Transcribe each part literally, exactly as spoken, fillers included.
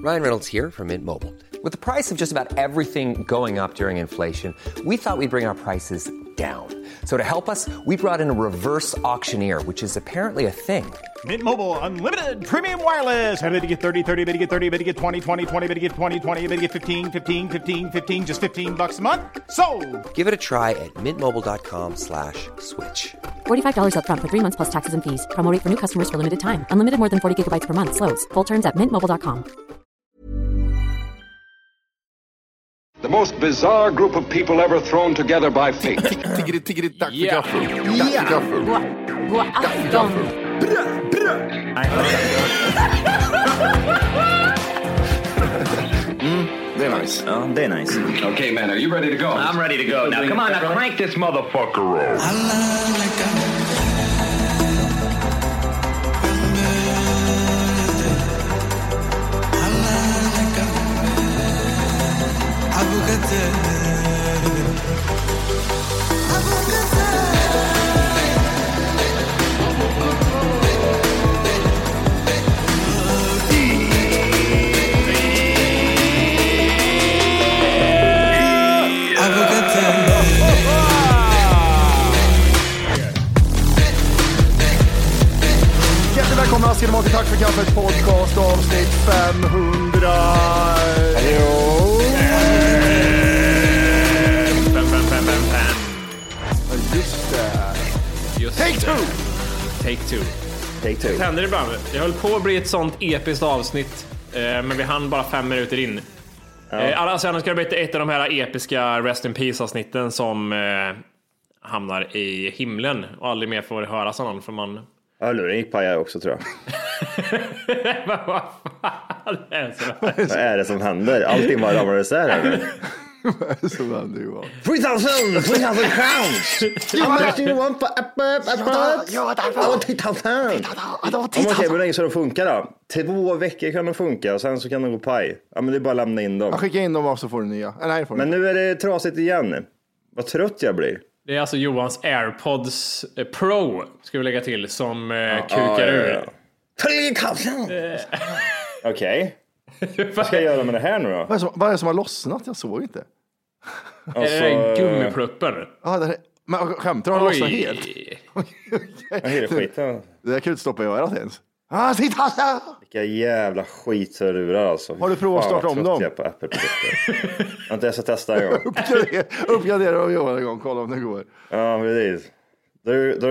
Ryan Reynolds here from Mint Mobile. With the price of just about everything going up during inflation, we thought we'd bring our prices down. So to help us, we brought in a reverse auctioneer, which is apparently a thing. Mint Mobile Unlimited Premium Wireless. How to get thirty, thirty, how to get thirty, how to get twenty, twenty, twenty, how to get twenty, twenty, how to get fifteen, fifteen, fifteen, fifteen, just fifteen bucks a month? Sold! Give it a try at mintmobile.com slash switch. forty-five dollars up front for three months plus taxes and fees. Promo rate for new customers for limited time. Unlimited more than forty gigabytes per month. Slows full terms at mint mobile dot com. The most bizarre group of people ever thrown together by fate. Tiggeri, tiggeri, dags för Ja. gaffel. Dags för gaffel. God afton. Mm, det är nice. Ja, det är nice. Okay, man, are you ready to go? I'm ready to go. Now, come on, now crank this motherfucker up. Välkomna ska ni vara till Tack för kaffet podcast avsnitt femhundra. Hallå! Fem, fem, fem, fem, fem. Just det. Just Take det. two. Take two. Take two. Det händer ibland. Det höll på att bli ett sånt episkt avsnitt, eh, men vi hann bara fem minuter in. Ja. Eh, alltså, annars ska det bli ett av de här episka Rest in Peace-avsnitten som eh, hamnar i himlen och aldrig mer får höras av någon, för man... Ja, luren gick paja också, tror jag. Men vad fan är det så? Vad är det som händer? Allting bara ramlar isär här. Vad är det som händer, Johan? three thousand! three thousand crowns! How much do you want for apple? Ja, I want three thousand! Okej, hur länge ska de funka då? Två veckor kan de funka och sen så kan de gå paj. Ja, men det är bara att lämna in dem. Jag skickar in dem och så får du nya. Äh, nej, får men nu är det trasigt igen. Vad trött jag blir. Det är alltså Johans AirPods Pro, ska vi lägga till, som eh, ja, kukar ja, ur. Ja, ja. Okej. Vad ska jag göra med det här nu då? Vad är, som, vad är det som har lossnat? Jag såg inte. Alltså... Är det gummipluppen? Ja, det här... Men skämtar du? Har lossnat helt? Jag hör skiten. Det där kan du inte stoppa i örat ens. Ah, titta! Vilka jävla skitlurar alltså. Har du provat att starta om dem? Jag på Apple-produkter. Jag har inte ens testat en gång. Uppgradera, uppgradera och göra en gång. Kolla om det går. Ja, precis. Då är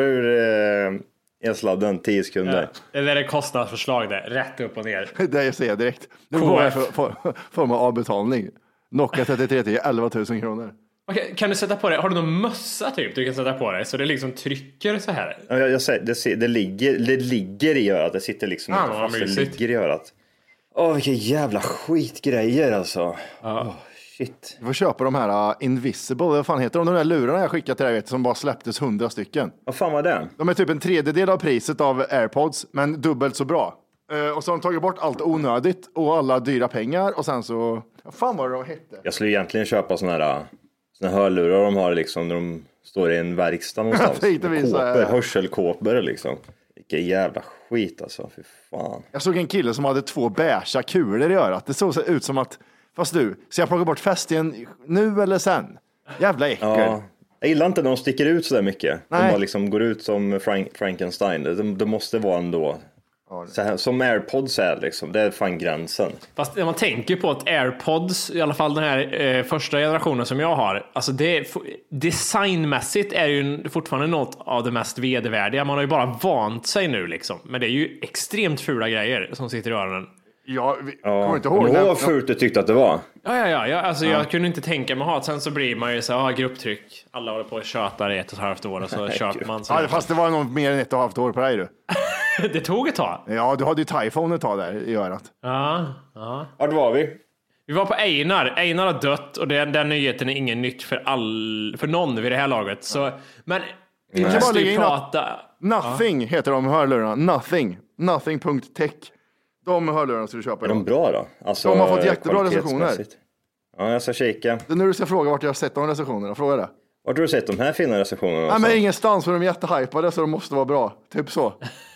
ur eh, elsladden tio sekunder. Ja. Det är det kostnadsförslag där. Rätt upp och ner. Det säger jag direkt. Nu går jag för form av avbetalning. Nokia trettiotre till elva tusen kronor. Okej, kan du sätta på det? Har du någon mössa typ du kan sätta på det så det liksom trycker så här? Ja, jag, jag säger, det, det, ligger, det ligger i örat. Det sitter liksom ah, inte fast. Det ligger i örat. Åh, vilka jävla skitgrejer alltså. Ja. Oh, shit. Du får köpa de här uh, Invisible. Vad fan heter de? De där lurarna jag skickade till dig vet, som bara släpptes hundra stycken. Vad fan var det? De är typ en tredjedel av priset av AirPods, men dubbelt så bra. Uh, och så har de tagit bort allt onödigt och alla dyra pengar. Och sen så... Vad fan var det de hette? Jag skulle egentligen köpa såna här... Såna hörlurar de har liksom när de står i en verkstad någonstans. Kåpor, hörselkåpor liksom. Vilka jävla skit alltså, fy fan. Jag såg en kille som hade två beiga kulor i örat. Det såg ut som att, fast du, så jag plockar bort fästen nu eller sen. Jävla äckel. Ja. Jag gillar inte när de sticker ut så där mycket. Nej. De bara liksom går ut som Frank, Frankenstein. Det, det måste vara ändå... Så här, som AirPods är liksom, det är fan gränsen. Fast när man tänker på att AirPods, i alla fall den här eh, första generationen som jag har, alltså det, designmässigt är ju fortfarande något av det mest vedervärdiga. Man har ju bara vant sig nu liksom. Men det är ju extremt fula grejer som sitter i öronen. Ja, vi ja. kommer inte ihåg. Men vad fult du tyckte att det var? Ja, ja, ja. Jag, alltså, ja. jag kunde inte tänka mig ha. Sen så blir man ju så här, grupptryck. Alla håller på och tjötar i ett och ett halvt år och så Nej, köper man. Så ja, fast det var nog mer än ett och ett halvt år på dig du. Det tog ett tag. Ja, du hade ju Typhone ett tag där i örat. Ja, ja. Vart var vi? Vi var på Einar. Einar har dött och den, den nyheten är ingen nytt för all, för någon vid det här laget. Så, men vi kan måste bara ju prata. Nothing ja. heter de hörlurarna. Nothing. Nothing punkt tech. De hörlurarna ska du köpa. Är de bra då? Alltså, de har fått jättebra recensioner. Ja, jag ska kika. Det är nu du ska fråga vart jag har sett de recensionerna. Fråga det. Vart har du sett de här fina recensionerna? Nej, men ingenstans för de är jättehypade så de måste vara bra. Typ så.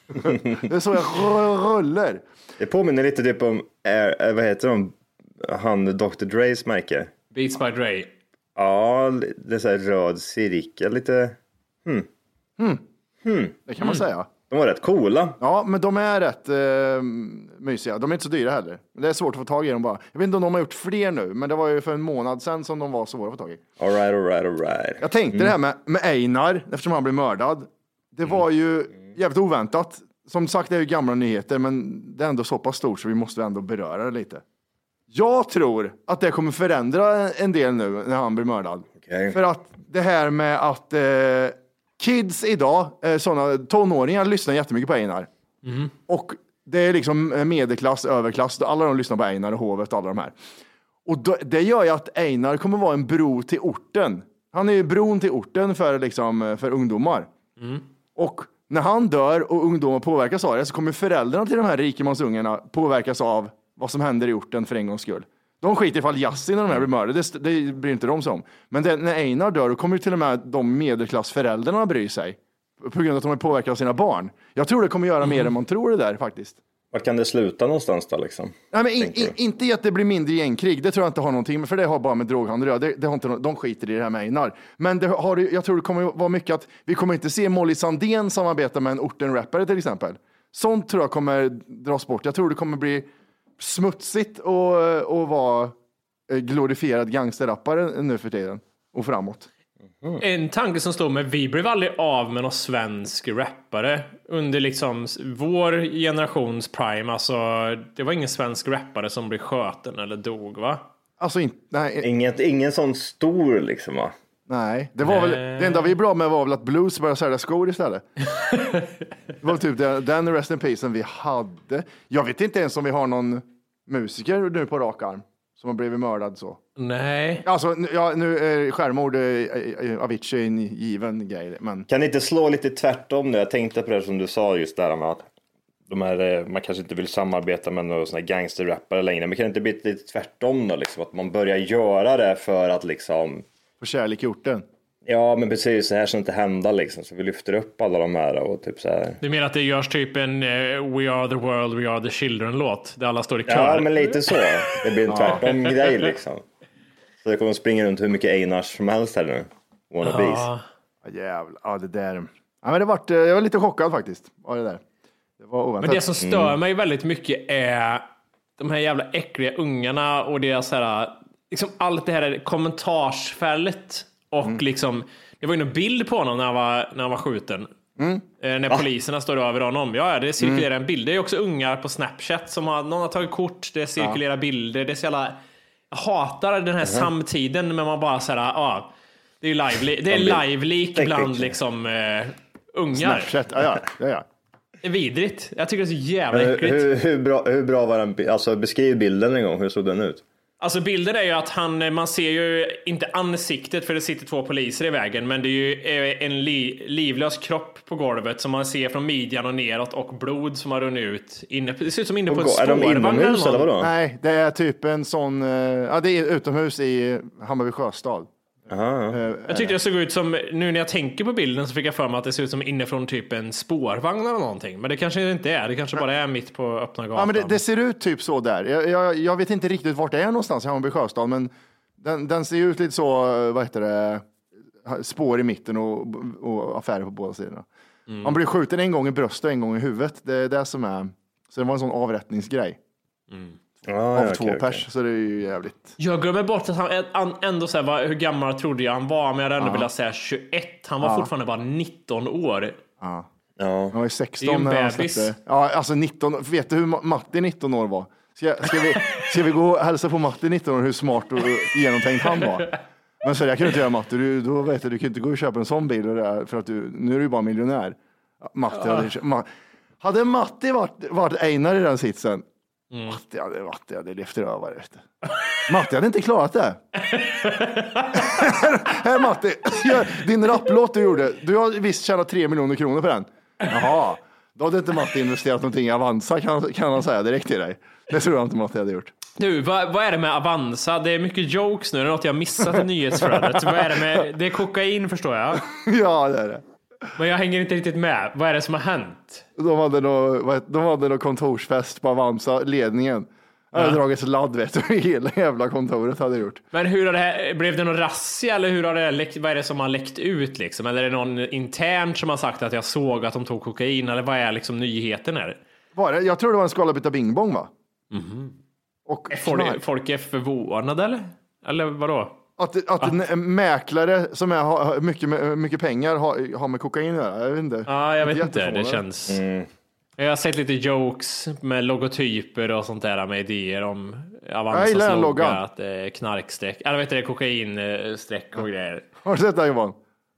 Det är så jag rullar. Det påminner lite typ om, är, vad heter de, han doktor Dre's märke? Beats by Dre. Ja, det är så här röd cirkel, lite... Hmm. Hmm. Hmm. Det kan man Mm. säga. De var rätt coola. Ja, men de är rätt uh, mysiga. De är inte så dyra heller. Det är svårt att få tag i dem bara. Jag vet inte om de har gjort fler nu, men det var ju för en månad sedan som de var svåra att få tag i. All right, all right, all right. Jag tänkte mm. det här med, med Einar, eftersom han blev mördad. Det var ju jävligt oväntat. Som sagt, det är ju gamla nyheter, men det är ändå så pass stort så vi måste ändå beröra det lite. Jag tror att det kommer förändra en del nu när han blir mördad. Okay. För att det här med att eh, kids idag, eh, sådana tonåringar, lyssnar jättemycket på Einar. Mm. Och det är liksom medelklass, överklass, alla de lyssnar på Einar och Hovet och alla de här. Och då, det gör ju att Einar kommer vara en bro till orten. Han är ju bron till orten för, liksom, för ungdomar. Mm. Och när han dör och ungdomar påverkas av det så kommer föräldrarna till de här rikemansungarna påverkas av vad som händer i orten för en gångs skull. De skiter ifall Jassi när de här blir mördade, det, det bryr inte de sig om. Men det, när Einar dör, då kommer ju till och med de medelklassföräldrarna bry sig. På grund av att de är påverkade av sina barn. Jag tror det kommer göra mm. mer än man tror det där faktiskt. Var kan det sluta någonstans då liksom? Nej, men in, in, inte i att det blir mindre gängkrig, det tror jag inte har någonting med, för det har bara med droghandel att göra. Det, det har inte, de skiter i det här med Einar. Men det har, jag tror det kommer vara mycket att vi kommer inte se Molly Sandén samarbeta med en orten-rappare till exempel. Sånt tror jag kommer dras bort. Jag tror det kommer bli smutsigt och, och vara glorifierad gangsterrappare nu för tiden och framåt. Mm. En tanke som slår mig, vi blev aldrig av med någon svensk rappare under liksom vår generations prime. Alltså, det var ingen svensk rappare som blev sköten eller dog, va? Alltså, in, nej. Inget, ingen sån stor liksom, va? Nej, det var väl, det enda vi är bra med var väl att Blues började sälja skor istället. Det var typ den, den Rest in Peace vi hade. Jag vet inte ens om vi har någon musiker nu på rak arm som har blivit mördad så. Nej. Alltså, ja, nu är självmord Avicii en given grej. Men... Kan ni inte slå lite tvärtom nu? Jag tänkte på det som du sa just där med att de här, man kanske inte vill samarbeta med några såna gangsterrappare längre. Men kan det inte bli lite tvärtom då? Liksom, att man börjar göra det för att liksom... För kärlek i orten. Ja, men precis, så här ska inte hända liksom. Så vi lyfter upp alla de här och typ så här. Du menar att det görs typ en uh, We Are The World, We Are The Children-låt där alla står i kör? Ja, men lite så. Det blir en tvärtom grej liksom. Så det kommer springa runt hur mycket Einars som helst här nu. Wannabes. Ja, jävlar. Ja, det där. Ja, men det var, jag var lite chockad faktiskt. Ja, det där. Det var oväntat. Men det som stör mm. mig väldigt mycket är de här jävla äckliga ungarna och deras här, liksom allt det här kommentarsfället. Och mm. liksom, det var ju en bild på honom när han var, när han var skjuten. Mm. Eh, när ah. poliserna står över honom. Ja, det cirkulerar mm. en bild. Det är också ungar på Snapchat som har, någon har tagit kort. Det cirkulerar ah. bilder. Det är så jävla, jag hatar den här mm. samtiden. Men man bara säger, ja, ah, det är ju live, det är live-leak bland liksom uh, ungar. Snapchat, ja, ja, ja, ja. Det är vidrigt. Jag tycker det är så jävla äckligt. Hur, hur, bra, hur bra var den? Alltså beskriv bilden en gång. Hur såg den ut? Alltså bilden är ju att han, man ser ju inte ansiktet för det sitter två poliser i vägen, men det är ju en li, livlös kropp på golvet som man ser från midjan och neråt och blod som har runnit ut. Inne, det ser ut som inne på en spårvagn. Är de inomhus eller vadå? Nej, det är typ en sån, ja det är utomhus i Hammarby Sjöstad. Aha. Jag tyckte det såg ut som, nu när jag tänker på bilden så fick jag för mig att det ser ut som inifrån typ en spårvagn eller någonting. Men det kanske inte är, det kanske bara är mitt på öppna gatan. Ja, men det, det ser ut typ så där. Jag, jag, jag vet inte riktigt vart det är någonstans i Hammarby Sjöstad, men den, den ser ut lite så, vad heter det, spår i mitten och, och affärer på båda sidorna. Mm. Man blir skjuten en gång i bröstet och en gång i huvudet. Det är det som är, så det var en sån avrättningsgrej. Mm. Ah, av okay, två okay. pers, så det är ju jävligt. Jag glömmer bort att han ändå så här, var, hur gammal trodde jag han var, men jag hade ändå ja. velat säga tjugoett. Han var ja. fortfarande bara nitton år. Ja. Ja. Han var ju sexton när han släppte. Ja, alltså nitton. Vet du hur Matti nitton år var? Ska, ska, vi, ska vi gå och hälsa på Matti nitton år hur smart och genomtänkt han var? Men så jag kunde inte göra Matti. Du, då vet du, du kan inte gå och köpa en sån bil och där, för att du, nu är du bara miljonär. Matti ja. hade, ma, hade Matti varit, varit Einar i den sitsen? Mm. Matti hade, Matti hade levt över. Matti hade inte klarat det. Här Matti, din rapplåt du gjorde, du har visst tjänat tre miljoner kronor på den. Jaha, då hade inte Matti investerat någonting i Avanza, kan, kan han säga direkt till dig. Det tror jag inte Matti hade gjort. Du, vad, vad är det med Avanza? Det är mycket jokes nu, det är något jag missat i nyhetsflödet. Vad är det med, det är kokain förstår jag. Ja, det är det. Men jag hänger inte riktigt med. Vad är det som har hänt? De hade någon, de hade någon kontorsfest på Avanza, ledningen. Jag hade ja. dragit sladd, vet du, hela jävla kontoret hade gjort. Men hur har det här, blev det någon razzia eller hur har det läckt, vad är det som har läckt ut liksom? Eller är det någon intern som har sagt att jag såg att de tog kokain eller vad är liksom nyheten här? Var det? Jag tror det var en skalabita bing bong, va? Mm-hmm. Och folk, folk är förvånade eller? Eller vadå? Att, att, att en mäklare som är, har mycket, mycket pengar har, har med kokain att göra, jag vet inte. Ja, jag vet inte, det känns... Mm. Jag har sett lite jokes med logotyper och sånt där med idéer om Avanzas logga, att det är knarksträck. Eller vet du, det är kokainsträck och grejer. Har du sett det, Johan?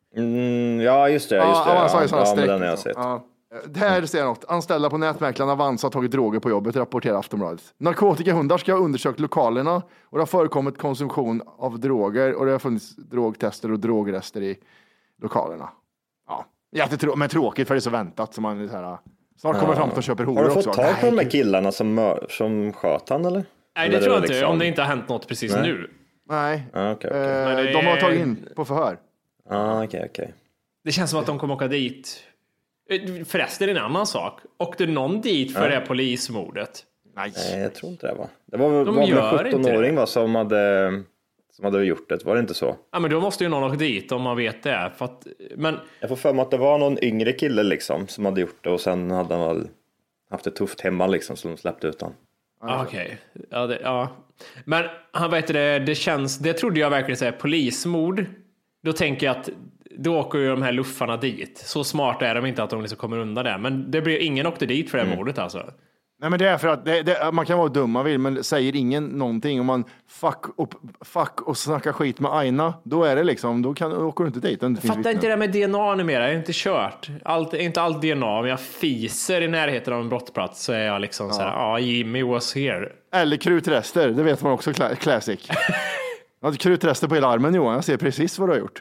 Mm, ja, just det. Just det. Ja, Avanza ja, är sådana ja, streck. Den har jag sett. Ja. Det här ser jag något. Anställda på nätmäklaren Avanza har tagit droger på jobbet, rapporterar Aftonbladet. Narkotikahundar ska ha undersökt lokalerna och det har förekommit konsumtion av droger och det har funnits drogtester och drogrester i lokalerna. Ja, jättetråkigt, men tråkigt för det är så väntat som man är så här. Snart kommer ja. fram och köper horor också. Har du fått tag på de här killarna som, som sköt han eller? Nej, det eller tror jag liksom... inte. Om det inte har hänt något precis Nej. nu. Nej, ah, okay, okay. Eh, det... de har tagit in på förhör. Ah, okay, okay. Det känns som att de kommer åka dit. Förresten en annan sak. Åkte någon dit för ja. det här polismordet? Nej. Nej, jag tror inte det va. Det var, de var gör en sjutton-åring va, som hade... som hade gjort det, var det inte så? Ja, men då måste ju någon åka dit om man vet det. För att, men... Jag får för mig att det var någon yngre kille liksom som hade gjort det och sen hade han väl haft det tufft hemma liksom så de släppte ut honom. Okej, okay. ja, det, ja. Men han vet det, det känns, det trodde jag verkligen säga polismord. Då tänker jag att då åker ju de här luffarna dit. Så smart är de inte att de liksom kommer undan det. Men det blir ingen åkte dit för det mm. mordet alltså. Nej, men det är för att det, det, man kan vara dum man vill, men säger ingen någonting om man fuck och, fuck och snackar skit med Aina, då är det liksom, då kan, åker du inte dit. Det Fattar vittnen. Inte det med D N A numera, jag är inte kört. Allt, inte allt D N A, om jag fiser i närheten av en brottsplats så är jag liksom ja. så här, ja, ah, Jimmy was here. Eller krutrester, det vet man också, classic. Jag hade krutrester på hela armen, Johan, jag ser precis vad du har gjort.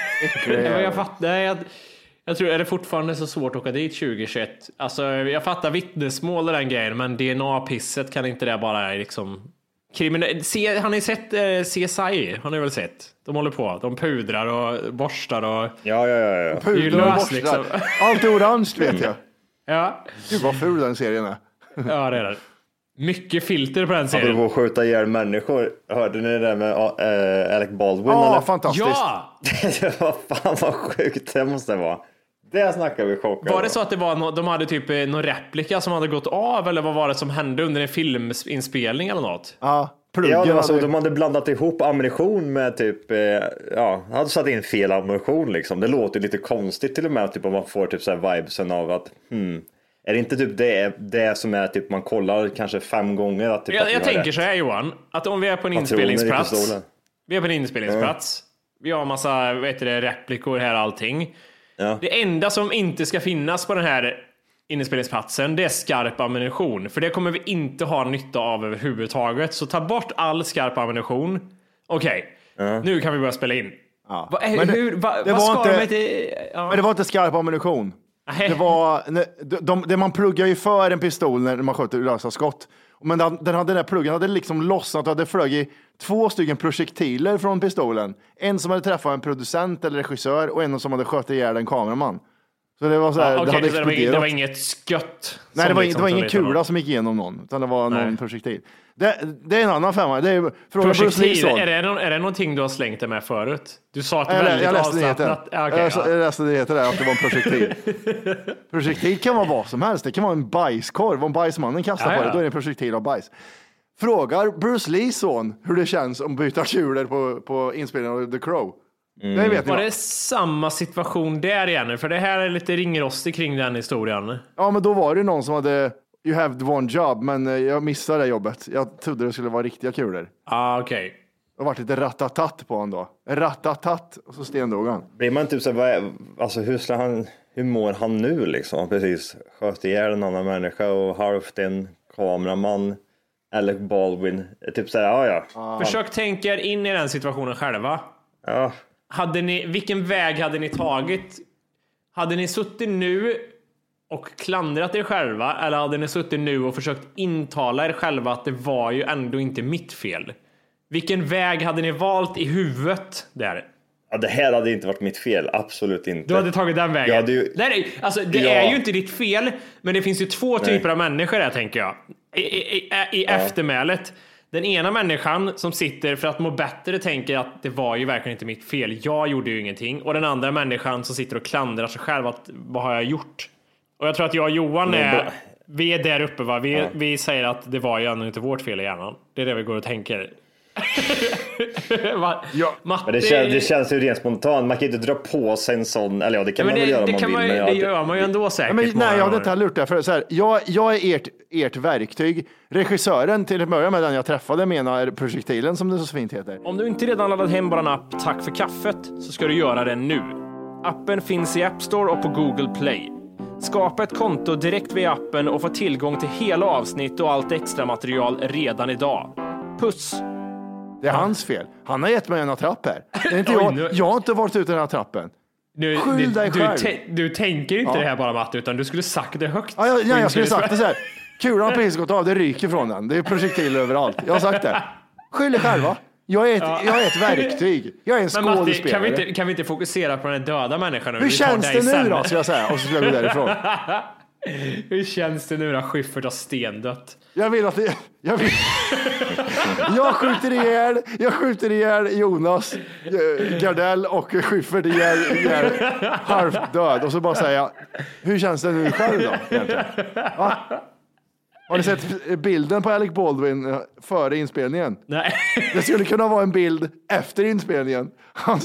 jag fattar, jag... Jag tror, är det fortfarande så svårt att åka dit tjugo tjugoett? Alltså, jag fattar vittnesmål och den grejen, men D N A-pisset kan inte det bara liksom... Kriminell... Se, har ni sett eh, C S I? Har ni väl sett? De håller på, de pudrar och borstar och... Ja, ja, ja. ja. Pudrar och borstar. Liksom. Allt är orange, vet jag. Ja. Gud vad ful den serien är. Ja, det är det. Mycket filter på den serien. Apropå att skjuta ihjäl människor. Hörde ni det där med äh, Alec Baldwin? Ja, eller? fantastiskt. Ja! Det var fan vad sjukt det måste vara. Det snackar vi chockade. Var det så att det var no- de hade typ någon replika som hade gått av eller vad var det som hände under en filminspelning eller något? Ja, ja det var så, de hade blandat ihop ammunition med typ, eh, ja, de hade satt in fel ammunition liksom. Det låter lite konstigt till och med, typ om man får typ så här vibesen av att, hmm, är det inte typ det, det som är typ man kollar kanske fem gånger att typ Jag, att jag tänker rätt. Så här Johan, att om vi är på en inspelningsplats, vi är på en inspelningsplats, mm. vi har massa, vet du det, replikor här allting. Ja. Det enda som inte ska finnas på den här inspelningsplatsen, det är skarp ammunition. För det kommer vi inte ha nytta av överhuvudtaget. Så ta bort all skarp ammunition. Okej, okay. ja. Nu kan vi börja spela in. Ja. Va, men hur, va, det vad var ska inte, de till, ja. Men det var inte skarp ammunition. Det var, de, de, det man pluggar ju för en pistol när man skjuter lösa skott. Men den, den hade den där pluggen hade liksom lossnat och hade flugit två stycken projektiler från pistolen. En som hade träffat en producent eller regissör och en som hade skjutit ihjäl en kameraman. Så det var så här, ja, okay, det hade exploderat. Det var, det var inget skött. Nej, det var, liksom det var ingen kula som gick igenom någon, utan det var Nej. någon projektil. Det, det är en annan femma. Det är projektil, är det, någon, är det någonting du har slängt dig med förut? Du sa att det var väldigt jag läste avslappnat. Ja, okay, jag, ja. jag läste nyheter där att det var en projektil. Projektil kan vara vad som helst. Det kan vara en bajskorv. Om bajsmannen kastar ja, på ja. det, då är det en projektil av bajs. Frågar Bruce Lees son hur det känns om byta kulor på, på inspelningen av The Crow. Mm. Det vet var det samma situation där igen? För det här är lite ringrostig kring den historien. Ja, men då var det någon som hade you have one job, men jag missade det jobbet. Jag trodde det skulle vara riktiga kulor. Ah, okej. Okay. Det har varit lite rattatat på honom då. Rattatat, och så stendog han. Blir man typ så vad är, alltså hur ska han, hur mår han nu liksom? Precis, sköt ihjäl en annan människa och halvt en kameraman. Alec Baldwin, typ såhär, ja ja. Ah. Försök tänka er in i den situationen själva. Ja. Hade ni, vilken väg hade ni tagit? Hade ni suttit nu och klandrat er själva, eller hade ni suttit nu och försökt intala er själva att det var ju ändå inte mitt fel? Vilken väg hade ni valt i huvudet där? Ja, det här hade inte varit mitt fel, absolut inte. Du hade tagit den vägen. Ju... Nej, alltså, det ja. är ju inte ditt fel, men det finns ju två Nej. typer av människor här, tänker jag. I, i, i, i ja. eftermälet. Den ena människan som sitter för att må bättre tänker att det var ju verkligen inte mitt fel. Jag gjorde ju ingenting. Och den andra människan som sitter och klandrar sig själv att vad har jag gjort? Och jag tror att jag och Johan är, vi är där uppe, va? Vi, ja. vi säger att det var ju ändå inte vårt fel i hjärnan. Det är det vi går och tänker. ja. Matte... Men det, känns, det känns ju rent spontant. Man kan inte dra på sig en sån. Eller ja, det kan men man väl göra om man vill. Man, men det gör man ju ändå säkert. Men, nej, jag hade inte heller gjort det. För så här, jag, jag är ert, ert verktyg. Regissören till att börja med, den jag träffade, menar projektilen, som det så fint heter. Om du inte redan laddat hem bara en app Tack för kaffet, så ska du göra det nu. Appen finns i App Store och på Google Play. Skapa ett konto direkt via appen och få tillgång till hela avsnitt och allt extra material redan idag. Puss! Det är hans fel. Han har gett mig en attrapp här. Det är inte jag. Jag har inte varit ute i den här trappen. Du, Skyll dig du, själv. Du, du tänker inte ja. det här bara, Matte, utan du skulle sagt det högt. Ja, jag, ja, jag skulle sagt det så här. Kulan har precis gått av, det ryker från den. Det är projektil överallt. Jag har sagt det. Skyll dig själva. Jag är ett, ja. jag är ett verktyg. Jag är en Men Matti, skådespelare. Kan vi, inte, kan vi inte fokusera på den döda människan nu? Hur känns det nu sen då, ska jag säga? Och så ska vi därifrån. Hur känns det nu när Schyffert har stendött? Jag vill att det, jag vill. Jag skjuter ihjäl, jag skjuter ihjäl Jonas Gardell och Schyffert ihjäl, ihjäl halvt död. Och så bara säga, hur känns det nu själv då? Va? Har ni sett bilden på Alec Baldwin före inspelningen? Nej. Det skulle kunna vara en bild efter inspelningen. Han,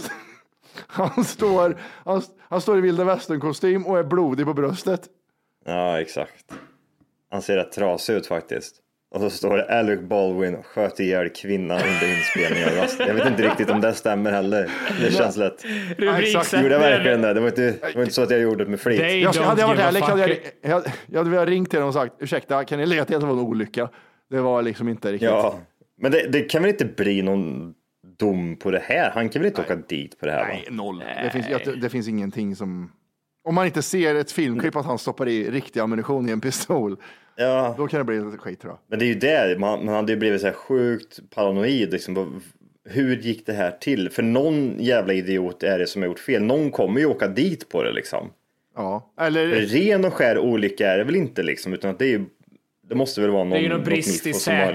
han, står, han, han står i vilda västern-kostym och är blodig på bröstet. Ja, exakt. Han ser rätt trasig ut faktiskt. Och så står det Alec Baldwin sköt ihjäl kvinnan under inspelningen. Jag vet inte riktigt om det stämmer heller. Det känns lätt. Ja, exakt. Gjorde jag verkligen det? Det var, inte, det var inte så att jag gjorde det med flit. Jag, hade jag varit ärlig hade jag, jag, jag hade velat ringt till dem och sagt, ursäkta, kan ni leta till att det var en olycka? Det var liksom inte riktigt. Ja, men det, det kan väl inte bli någon dom på det här? Han kan väl inte Nej. åka dit på det här? Nej, va? noll. Nej. Det, finns, jag, det finns ingenting som... Om man inte ser ett filmklipp att han stoppar i riktig ammunition i en pistol, ja. Då kan det bli lite skit, tror jag. Men det är ju det, man, man hade ju blivit så här sjukt paranoid liksom. Hur gick det här till? För någon jävla idiot är det som har gjort fel. Någon kommer ju åka dit på det liksom. Ja, eller... För ren och skär olycka är det väl inte liksom, utan att det är ju, det måste väl vara någon... Det är ju någon brist i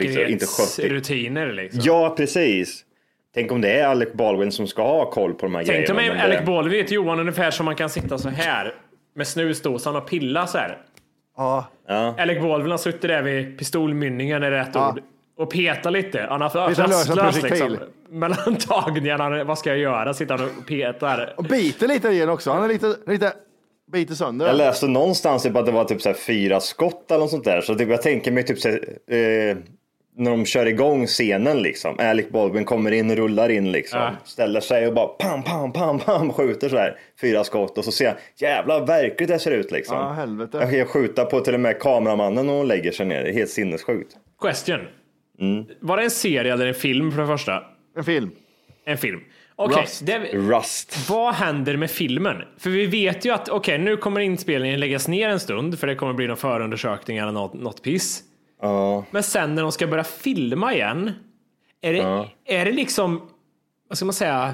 säkerhetsrutiner liksom. Ja, precis. Tänk om det är Alec Baldwin som ska ha koll på de här Tänk grejerna. Tänk om Alec Baldwin vet Johan ungefär som man kan sitta så här med snusdosan och pilla så här. Ja. Ja. Alec Baldwin har suttit där vid pistolmynningen är rätt ja. ord och peta lite. Han har rastlös liksom. Mellan tagningarna, vad ska jag göra? Sitter han och petar. Och biter lite igen också. Han är lite, lite biter sönder. Jag läste någonstans att det var typ så här fyra skott eller något sånt där. Så typ, jag tänker mig typ så här, eh, när de kör igång scenen liksom. Alec Baldwin kommer in och rullar in liksom. Ja. Ställer sig och bara pam, pam, pam, pam. Skjuter så här fyra skott. Och så ser jag, jävla verkligt det ser ut liksom. Ja, helvete. Jag kan skjuta på till och med kameramannen och lägger sig ner. Det är helt sinnessjukt. Question. Mm. Var det en serie eller en film för det första? En film. En film. Okej, Rust. Det, Rust. Vad händer med filmen? För vi vet ju att okej, nu kommer inspelningen läggas ner en stund för det kommer bli någon förundersökning eller något, något piss. Uh. Men sen när de ska börja filma igen, är det, uh. är det liksom, vad ska man säga,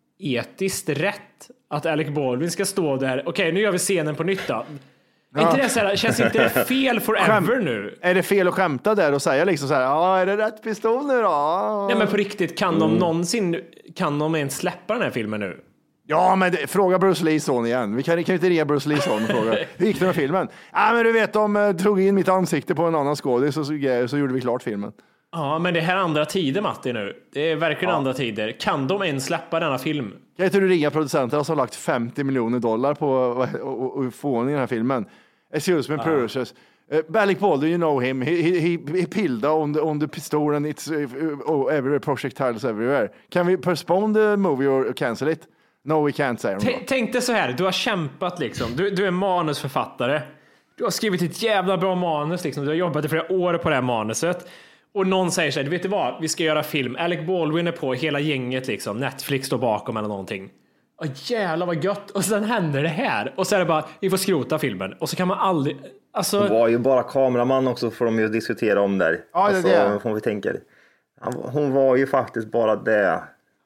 etiskt rätt att Alec Baldwin ska stå där? Okej, nu gör vi scenen på nytt då. Ja. Inte det så här, känns inte det fel forever Skäm, nu? Är det fel att skämta där och säga liksom så här, ja, är det rätt pistol nu då? Nej, men på riktigt, kan mm. de någonsin, kan de ens släppa den här filmen nu? Ja, men det, fråga Bruce Lees son igen. Vi kan, kan inte ringa Bruce Lees son och fråga, hur gick det med filmen? Ja, men du vet, de uh, tog in mitt ansikte på en annan skådis och så, så, så gjorde vi klart filmen. Ja, men det här är andra tider, Matti, nu. Det är verkligen ja. andra tider. Kan de ens släppa denna film? Kan inte du ringa producenterna som har lagt femtio miljoner dollar på att få in i den här filmen? Excuse me, uh. producers. Uh, Alec Baldwin, you know him. He, he, he, he pilled on the, on the pistol and it's uh, oh, every projectiles everywhere. Can we postpone the movie or cancel it? No, we can't say. T- Tänk dig så här, du har kämpat liksom. Du, du är manusförfattare. Du har skrivit ett jävla bra manus liksom. Du har jobbat i flera år på det här manuset. Och någon säger så här, du vet du vad? Vi ska göra film. Alec Baldwin är på, hela gänget liksom. Netflix står bakom eller någonting. Åh jävlar vad gött. Och sen händer det här. Och så är det bara, vi får skrota filmen. Och så kan man aldrig... Alltså... Det var ju bara kameraman också, får de ju diskutera om där. Ja, det är alltså, det. Får vi tänka. Hon var ju faktiskt bara det.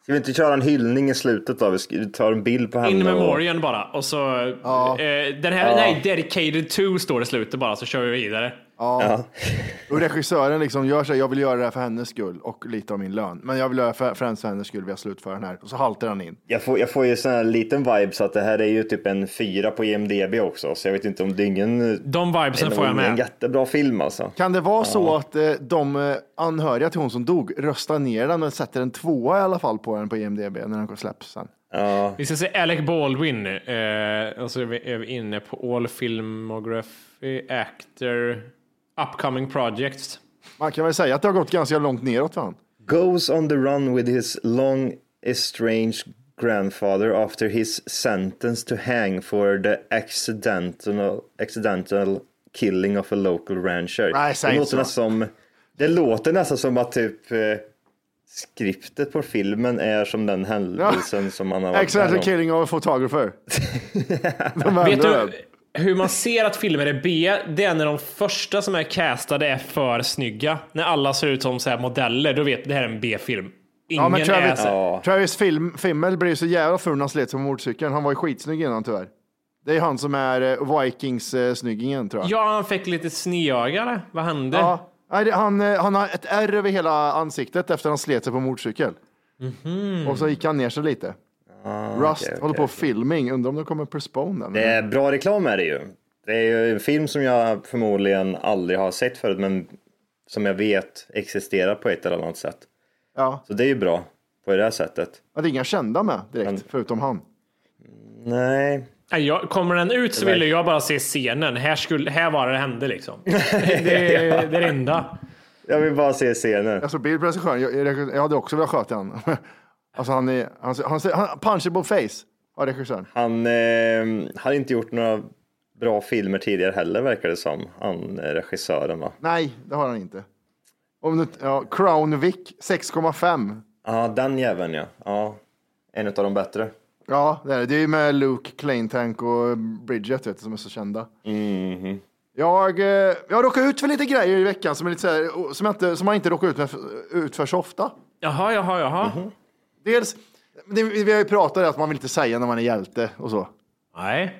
Ska vi inte köra en hyllning i slutet då? Vi tar en bild på henne. In memoriam och... bara. Och så, ja. eh, den här, ja. nej, dedicated to står det slutet bara, så kör vi vidare. Ja. ja. Och regissören liksom gör sig, jag vill göra det här för hennes skull och lite av min lön. Men jag vill göra för, främst för hennes skull, vi har slutför den här. Och så haltar han in. Jag får, jag får ju sån här liten vibe så att det här är ju typ en fyra på I M D B också. Så jag vet inte om det är ingen... De vibesen får jag med. En jättebra film alltså. Kan det vara ja. så att eh, de anhöriga till hon som dog röstar ner den och sätter en tvåa i alla fall på den på I M D B när den släpps sen? Ja. Vi ska se Alec Baldwin. Eh, och så är vi, är vi inne på All Filmography, Actor, Upcoming Projects. Man kan väl säga att det har gått ganska långt neråt för han. Goes on the run with his long estranged grandfather after his sentence to hang for the accidental, accidental killing of a local rancher. Nej, det, låter nästan som, det låter nästan som att typ eh, skriptet på filmen är som den händelsen ja. som man har varit accidental killing of a photographer. Vet du hur man ser att filmer är B? Det är när de första som är castade är för snygga. När alla ser ut som så här modeller, då vet det här är en B-film. Ingen ja, men Travis, är ja. Travis film, Fimmel blir så jävla ful när han slet som motorcykeln. Han var ju skitsnygg innan tyvärr. Det är han som är Vikings-snyggingen tror jag. Ja, han fick lite sneögare. Vad hände? Ja. Nej, det, han, han har ett ärr över hela ansiktet efter han slet sig på motorcykel. Mm-hmm. Och så gick han ner sig lite. Ah, Rust okay, okay, håller på okay. filming. Undrar om det kommer postpone den. Det är bra reklam är det ju. Det är ju en film som jag förmodligen aldrig har sett förut, men som jag vet existerar på ett eller annat sätt. Ja. Så det är ju bra på det här sättet. Ja, det är inga kända med direkt, men... förutom han. Nej. Jag, kommer den ut så ville jag bara se scenen. Här, skulle, här var det hände liksom. Det är det enda. Jag vill bara se scenen. Alltså Bill Pressure, jag, jag, jag hade också velat sköta han. Alltså han är han, han, han punchable face av regissören. Han eh, har inte gjort några bra filmer tidigare heller, verkar det som. Han är regissören, va? Nej, det har han inte. Om det, ja, Crown Vic sex komma fem. Ja, den jäveln ja. Ja, en av de bättre. Ja, det är det. Det är med Luke, Claytank och Bridget vet du, som är så kända. Mm-hmm. Jag, jag råkar ut för lite grejer i veckan som, är lite så här, som, inte, som man inte råkar ut, med, ut för så ofta. Jaha, jaha, jaha. Mm-hmm. Dels, det, vi har ju pratat om att man vill inte säga när man är hjälte och så. Nej.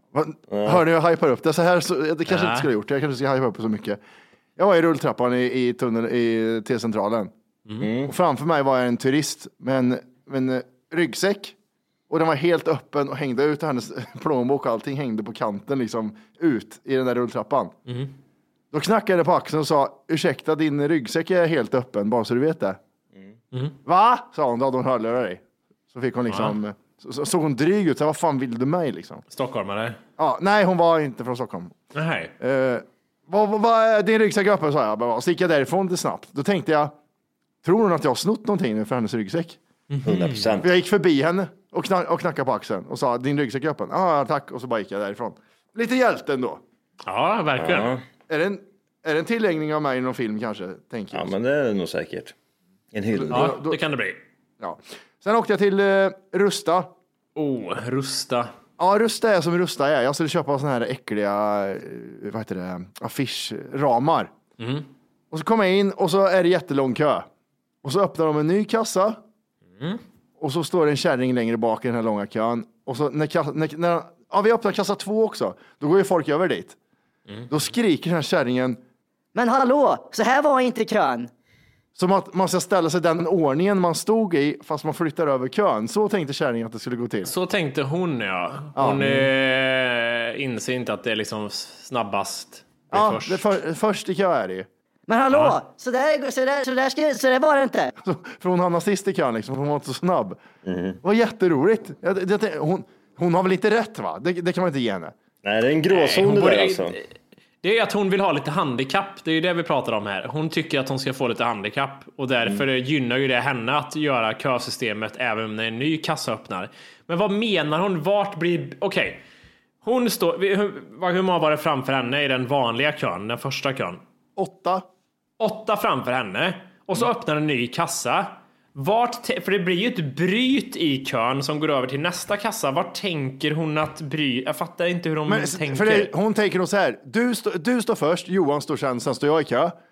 Mm. Hör ni jag hypar upp det så här? Så, det kanske Nej. inte skulle ha gjort. Jag kanske ska hypa upp så mycket. Jag var i rulltrappan i, i tunnel i T-centralen. Mm. Och framför mig var en turist med en, med en ryggsäck. Och den var helt öppen och hängde ut. Hennes plånbok och allting hängde på kanten liksom ut i den där rulltrappan. Mm. Då knackade jag på axeln och sa, ursäkta, din ryggsäck är helt öppen, bara så du vet det. Mm. Va? Sa hon, då hade hon hörlurar i. Så fick hon liksom, ja. så, så, såg hon dryg ut. Så vad fan vill du mig liksom? Stockholmare? Ja, nej, hon var inte från Stockholm. Nej. Uh, vad, vad, vad, din ryggsäck är öppen, sa jag. Och så gick jag därifrån lite snabbt. Då tänkte jag, tror hon att jag har snott någonting för hennes ryggsäck? hundra procent. För jag gick förbi henne och, knack, och knackade på axeln och sa, din ryggsäck är öppen. Ja, ah, tack. Och så bara gick jag därifrån. Lite hjälte ändå. Ja, verkligen. Ja. Är det en, är det en tilläggning av mig i någon film kanske? Tänker jag. Ja, men det är nog säkert. En hyllning. Ja, då, det kan det bli. Ja. Sen åkte jag till uh, Rusta. Oh, Rusta. Ja, Rusta är som Rusta är. Jag skulle köpa såna här äckliga uh, vad heter det, affischramar. Mm. Och så kom jag in och så är det jättelång kö. Och så öppnar de en ny kassa. Mm. Och så står det en kärring längre bak i den här långa kön. Och så när, när, när ja, vi öppnar kassa två också. Då går ju folk över dit. Mm. Då skriker den här kärringen, men hallå, så här var inte kön. Som att man ska ställa sig den ordningen man stod i fast man flyttar över kön. Så tänkte kärringen att det skulle gå till. Så tänkte hon, ja. Hon ja. eh, inser inte att det är liksom snabbast. Det är ja, först. Det för, först i kö är det ju. Men hallå, ja. så, där, så, där, så, där ska, så där var det inte. Så, för hon hamnade sist i kön liksom, för hon var inte så snabb. Mm. Det var jätteroligt. Jag, jag, hon, hon har väl inte rätt, va? Det, det kan man inte ge henne. Nej, det är en gråzon det där alltså. Det är att hon vill ha lite handikapp. Det är ju det vi pratar om här. Hon tycker att hon ska få lite handikapp. Och därför mm. gynnar ju det henne att göra kösystemet även när en ny kassa öppnar. Men vad menar hon? Vart blir... Okej. Okay. Hon står... Hur, hur många var det framför henne i den vanliga kön? Den första kön? Åtta. Åtta framför henne. Och så mm. öppnar en ny kassa. Vart, för det blir ju ett bryt i kön som går över till nästa kassa. Vart tänker hon att bry? Jag fattar inte hur hon Men, tänker. För det, hon tänker då så här. Du, stå, du står först, Johan står sen, sen står jag i kö.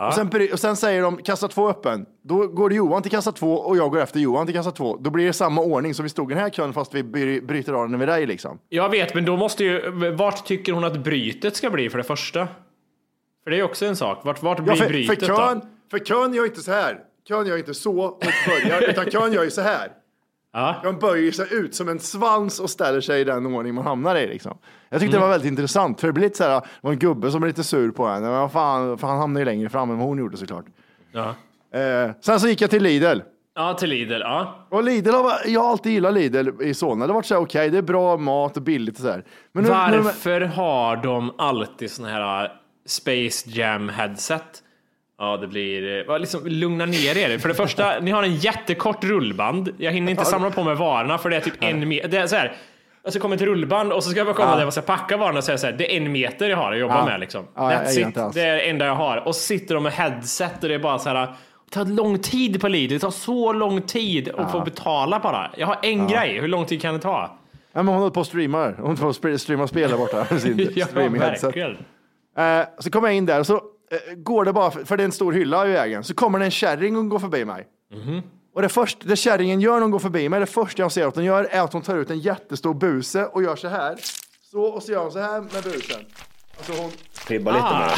Ja. Och, sen, och sen säger de kassa två öppen. Då går det Johan till kassa två och jag går efter Johan till kassa två. Då blir det samma ordning som vi stod i den här kön fast vi bryter av den vid dig liksom. Jag vet, men då måste ju... Vart tycker hon att brytet ska bli för det första? För det är också en sak. Vart, vart blir ja, för, brytet för kön, då? För kön gör inte så här. Kön gör inte så och börjar, utan kön gör ju så här. Ja. Kön böjer sig ut som en svans och ställer sig i den ordning man hamnar i liksom. Jag tyckte mm. det var väldigt intressant. För det blir lite så här, det var en gubbe som blev lite sur på henne. Men vad fan, för han hamnade ju längre fram än vad hon gjorde såklart. Ja. Eh, sen så gick jag till Lidl. Ja, till Lidl, ja. Och Lidl, jag har alltid gillat Lidl i Solna. Det har varit så här, okej, okay, det är bra mat och billigt och så här. Men nu, varför nu... har de alltid såna här Space Jam headset? Ja, det blir... Liksom, lugna ner er. För det första, ni har en jättekort rullband. Jag hinner inte samla på mig varorna för det är typ en meter. Det är så här... Alltså kommer till rullband och så ska jag komma ja. där och ska packa varorna och säga så här, det är en meter jag har att jobba ja. med liksom. Ja, That's it. Det är det enda jag har. Och så sitter de med headset och det är bara så här, det tar lång tid på Lidl. Det tar så lång tid att ja. få betala bara. Jag har en ja. grej. Hur lång tid kan det ta? Ja, men hon håller på att streama. Hon får sp- streama spel där borta. Sin ja, streaming-headset. Eh, så kommer jag in där och så eh, går det bara, för, för det är en stor hylla i vägen. Så kommer det en kärring och går förbi mig. Mm-hmm. Och det första det kärringen gör när hon går förbi mig, det första jag ser att hon gör är att hon tar ut en jättestor buse och gör så här. Så, och så gör hon så här med busen. Alltså hon... Pribbar lite ah.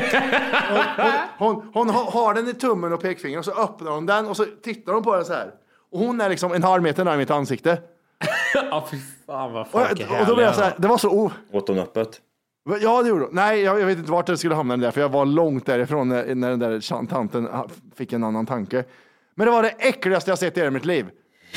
hon, hon, hon, hon har den i tummen och pekfingret och så öppnar hon den och så tittar hon på den så här. Och hon är liksom en halv meter nära mitt ansikte. Ja, fy fan vad folk är och, och då blev jag så här, det var så... Oh. Åt hon öppet? Ja, det gjorde hon. Nej, jag, jag vet inte vart det skulle hamna den där, för jag var långt därifrån när, när den där tanten fick en annan tanke. Men det var det äckligaste jag sett i hela mitt liv.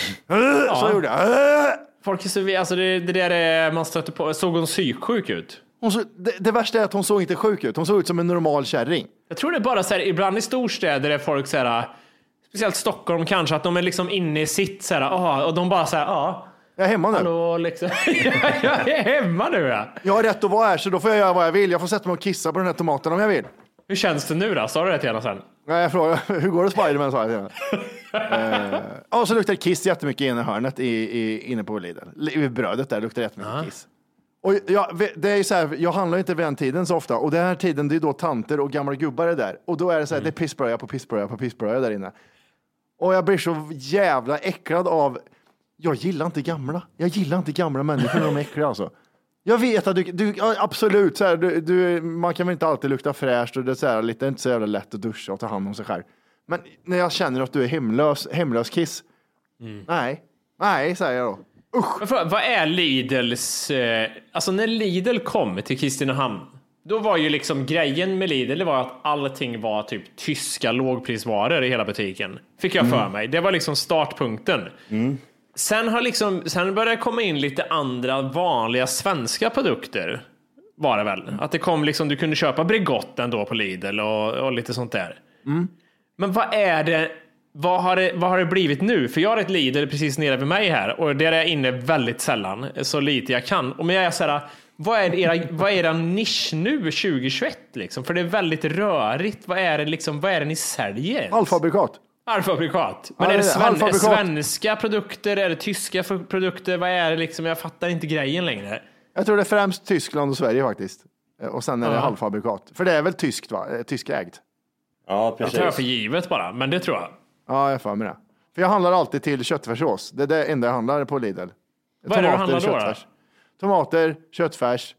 Ja. Så gjorde jag. Folk är så, alltså det, det där är, man stöter på. Såg hon psyksjuk ut? Hon så, det, det värsta är att hon såg inte sjuk ut. Hon såg ut som en normal kärring. Jag tror det är bara så här, ibland i storstäder är folk så här, speciellt Stockholm kanske, att de är liksom inne i sitt så här, aha, och de bara så här, ja. Jag är hemma nu. Hallå, liksom. Jag är hemma nu, ja. Jag har rätt att vara här, så då får jag göra vad jag vill. Jag får sätta mig och kissa på den här tomaten om jag vill. Hur känns det nu då? Sa du det till henne sen? Nej, jag frågade, hur går det Spiderman, sa jag till henne. uh, och så luktar det kiss jättemycket i ena hörnet i, i, inne på Lidl. I brödet där luktar det jättemycket uh-huh. kiss. Och jag, det är ju så här, jag handlar inte vid den tiden så ofta. Och den här tiden, det är då tanter och gamla gubbar är där. Och då är det så här, mm. det är pissbröja på pissbröja på pissbröja där inne. Och jag blir så jävla äcklad av... Jag gillar inte gamla. Jag gillar inte gamla människor när de är äckliga alltså. Jag vet att du, du absolut, så här, du, du, man kan väl inte alltid lukta fräscht och det är, så här, lite, inte så jävla lätt att duscha och ta hand om sig själv. Men när jag känner att du är hemlös, hemlös kiss, mm. nej, nej, säger jag då. Usch. För, vad är Lidls, eh, alltså när Lidl kom till Kristinehamn, då var ju liksom grejen med Lidl, det var att allting var typ tyska lågprisvaror i hela butiken. Fick jag för mm. mig. Det var liksom startpunkten. Mm. Sen har liksom, sen började det komma in lite andra vanliga svenska produkter. Var det väl? Att det kom liksom, du kunde köpa Bregott ändå på Lidl och, och lite sånt där. Mm. Men vad är det, vad har det, vad har det blivit nu? För jag har ett Lidl precis nere vid mig här och där är jag inne väldigt sällan, så lite jag kan. Och men jag är så här, vad är era, vad är era nisch nu tjugohundratjugoett liksom? För det är väldigt rörigt. Vad är det liksom, vad är det ni säljer? Halvfabrikat. Halvfabrikat. Men ja, är det sven- svenska produkter? Är det tyska produkter? Vad är det liksom? Jag fattar inte grejen längre. Jag tror det är främst Tyskland och Sverige faktiskt. Och sen är det ja. halvfabrikat. För det är väl tyskt, va? Tyskägt. Ja, precis. Jag tar för givet bara, men det tror jag. Ja, jag får med det. För jag handlar alltid till köttfärssås. Det är det enda jag handlar på Lidl. Vad är det du handlar då, då? Tomater, köttfärs,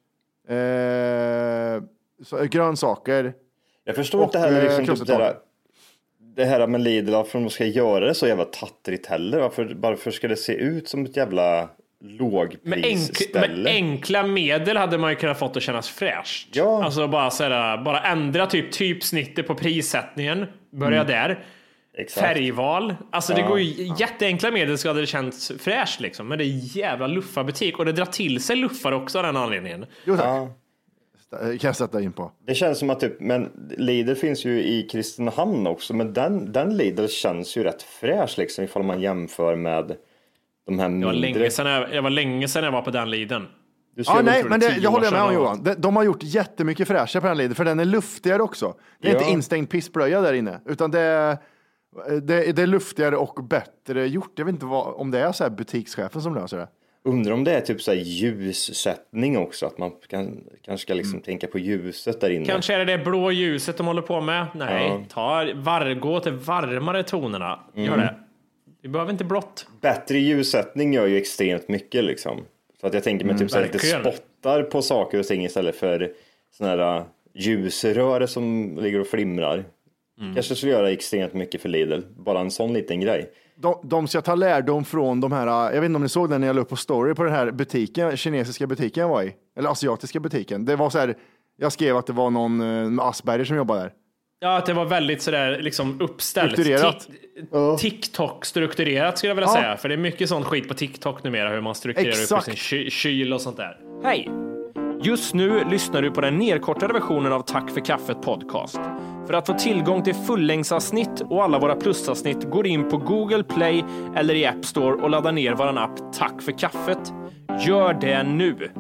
eh, grönsaker. Jag förstår inte heller liksom det där. Det här med Lidl, varför de ska göra det så jävla tattrigt heller. Varför, varför ska det se ut som ett jävla lågprisställe? Med, enk, med enkla medel hade man ju kunnat fått att kännas fräscht. Ja. Alltså bara, såhär, bara ändra typ typsnittet på prissättningen. Börja mm. där. Exakt. Färgval. Alltså ja. det går ju jätteenkla medel så hade det känts fräscht liksom. Men det är jävla luffarbutik. Och det drar till sig luffar också av den anledningen. Jo tack. Ja. Kan jag sätta in på. Det känns som att typ, men Lidl finns ju i Kristinehamn också, men den, den Lidl känns ju rätt fräsch liksom ifall man jämför med de här mindre. Jag var länge sedan jag, jag var länge sedan jag var på den Lidl. Ja, nej, men det, jag håller med om Johan. De, de har gjort jättemycket fräscher på den Lidl, för den är luftigare också. Det är ja. inte instängd pissblöja där inne, utan det är, det, det är luftigare och bättre gjort. Jag vet inte vad, om det är så här butikschefen som löser det. Undrar om det är typ så här ljussättning också, att man kan, kanske ska liksom mm. tänka på ljuset där inne. Kanske är det det blå ljuset de håller på med. Nej, ja. ta var, gå till varmare tonerna. Gör mm. det. Vi behöver inte blått. Bättre ljussättning gör ju extremt mycket liksom. Så att jag tänker mig mm, typ så här lite spottar på saker och ting istället för såna här ljusrör som ligger och flimrar. Mm. Kanske skulle göra extremt mycket för Lidl. Bara en sån liten grej. De, de ska ta lärdom från de här, jag vet inte om ni såg den när jag la upp på story på den här butiken, kinesiska butiken jag var i. Eller asiatiska butiken. Det var så här, jag skrev att det var någon med Asperger som jobbade där. Ja, att det var väldigt sådär liksom uppställt. Strukturerat. T- TikTok strukturerat skulle jag vilja ja. säga. För det är mycket sånt skit på TikTok numera, hur man strukturerar Exakt. upp sin ky- kyl och sånt där. Hej! Just nu lyssnar du på den nedkortade versionen av Tack för kaffet podcast. För att få tillgång till fullängdsavsnitt och alla våra plusavsnitt går in på Google Play eller i App Store och laddar ner våran app Tack för kaffet. Gör det nu!